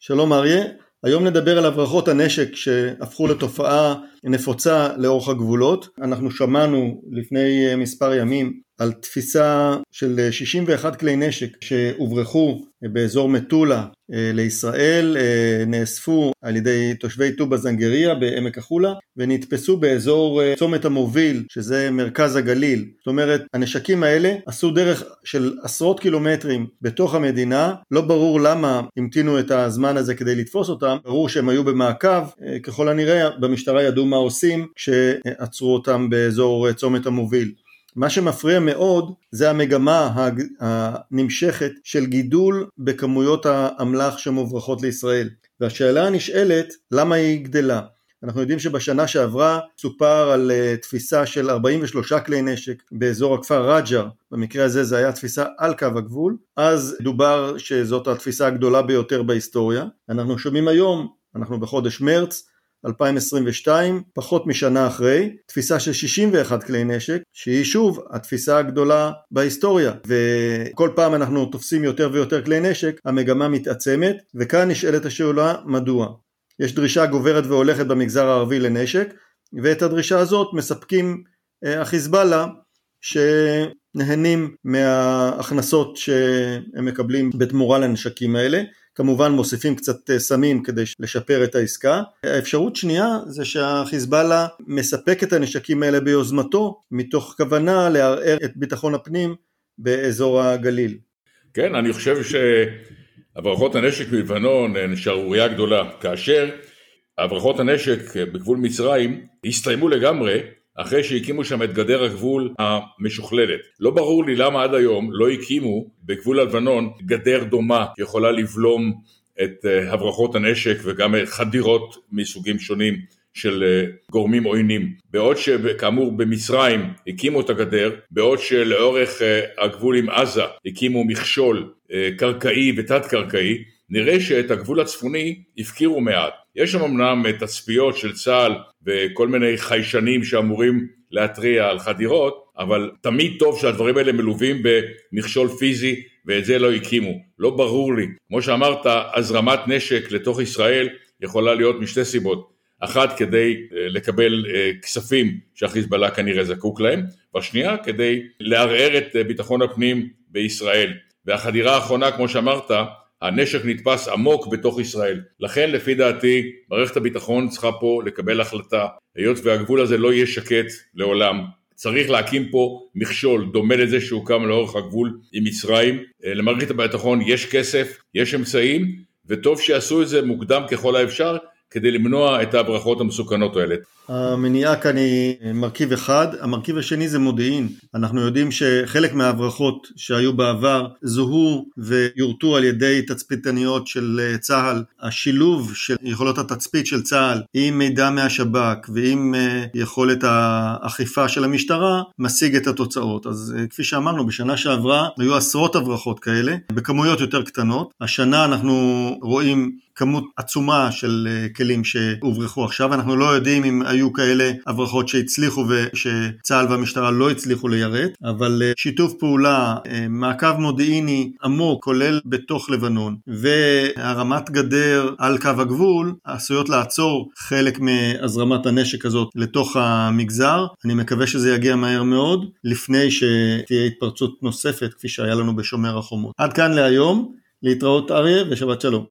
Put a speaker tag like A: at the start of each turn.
A: שלום אריה, היום נדבר על הברחות הנשק שהפכו לתופעה נפוצה לאורך הגבולות. אנחנו שמענו לפני מספר ימים על תפיסה של 61 כלי נשק שהוברחו באזור מטולה לישראל, נאספו על ידי תושבי טובא זנגריה בעמק החולה ונתפסו באזור צומת המוביל שזה מרכז הגליל. זאת אומרת, הנשקים האלה עשו דרך של עשרות קילומטרים בתוך המדינה, לא ברור למה המתינו את הזמן הזה כדי לתפוס אותם, ברור שהם היו במעקב, ככל הנראה במשטרה ידעו מה עושים כשעצרו אותם באזור צומת המוביל. מה שמפריע מאוד זה המגמה הנמשכת של גידול בכמויות האמל"ח שמוברחות לישראל. והשאלה הנשאלת, למה היא גדלה? אנחנו יודעים שבשנה שעברה סופר על תפיסה של 43 כלי נשק באזור הכפר רג'ר, במקרה הזה זה היה תפיסה על קו הגבול, אז דובר שזאת התפיסה הגדולה ביותר בהיסטוריה. אנחנו שומעים היום, אנחנו בחודש מרץ 2022, פחות משנה אחרי, תפיסה של 61 כלי נשק, שהיא שוב התפיסה הגדולה בהיסטוריה, וכל פעם אנחנו תופסים יותר ויותר כלי נשק, המגמה מתעצמת, וכאן נשאלת השאלה מדוע. יש דרישה גוברת והולכת במגזר הערבי לנשק, ואת הדרישה הזאת מספקים החיזבאללה, שנהנים מההכנסות שהם מקבלים בתמורה לנשקים האלה, כמובן מוסיפים קצת סמים כדי לשפר את העסקה. האפשרות שנייה זה שהחיזבאללה מספק את הנשקים האלה ביוזמתו, מתוך כוונה לערער את ביטחון הפנים באזור הגליל.
B: כן, אני חושב שהברחות הנשק מלבנון הן שערורייה גדולה, כאשר הברחות הנשק בגבול מצרים הסתיימו לגמרי, אחרי שהקימו שם את גדר הגבול המשוכללת. לא ברור לי למה עד היום לא הקימו בגבול הלבנון גדר דומה שיכולה לבלום את הברחות הנשק וגם חדירות מסוגים שונים של גורמים עוינים. בעוד שכאמור במצרים הקימו את הגדר, בעוד שלאורך הגבול עם עזה הקימו מכשול קרקעי ותת קרקעי, נראה שאת הגבול הצפוני הפקירו מעט. יש שם אמנם תצפיות של צה"ל וכל מיני חיישנים שאמורים להטריע על חדירות, אבל תמיד טוב שהדברים האלה מלווים במכשול פיזי, ואת זה לא הקימו. לא ברור לי. כמו שאמרת, הזרמת נשק לתוך ישראל יכולה להיות משתי סיבות. אחת, כדי לקבל כספים שהחיזבאללה כנראה זקוק להם, והשנייה, כדי לערער את ביטחון הפנים בישראל. והחדירה האחרונה, כמו שאמרת, הנשק נתפס עמוק בתוך ישראל. לכן לפי דעתי מערכת הביטחון צריכה פה לקבל החלטה, היות והגבול הזה לא יהיה שקט לעולם, צריך להקים פה מכשול דומה לזה שהוקם לאורך הגבול עם מצרים. למערכת הביטחון יש כסף, יש אמצעים, וטוב שיעשו את זה מוקדם ככל האפשר, כדי למנוע את ההברחות המסוכנות האלה.
A: המניעה כאן היא מרכיב אחד, המרכיב השני זה מודיעין. אנחנו יודעים שחלק מההברחות שהיו בעבר זוהו ויורטו על ידי תצפיתניות של צה"ל. השילוב של יכולות התצפית של צה"ל עם מידע מהשב"כ ועם יכולת האכיפה של המשטרה משיג את התוצאות. אז כפי שאמרנו, בשנה שעברה היו עשרות הברחות כאלה, בכמויות יותר קטנות. השנה אנחנו רואים כמות עצומה של כלים שהוברחו עכשיו. אנחנו לא יודעים אם היו כאלה הברחות שהצליחו ושצה"ל והמשטרה לא הצליחו ליירט, אבל שיתוף פעולה, מעקב מודיעיני עמוק, כולל בתוך לבנון, והרמת גדר על קו הגבול, עשויות לעצור חלק מהזרמת הנשק הזאת לתוך המגזר. אני מקווה שזה יגיע מהר מאוד, לפני שתהיה התפרצות נוספת, כפי שהיה לנו בשומר החומות. עד כאן להיום, להתראות אריה ושבת שלום.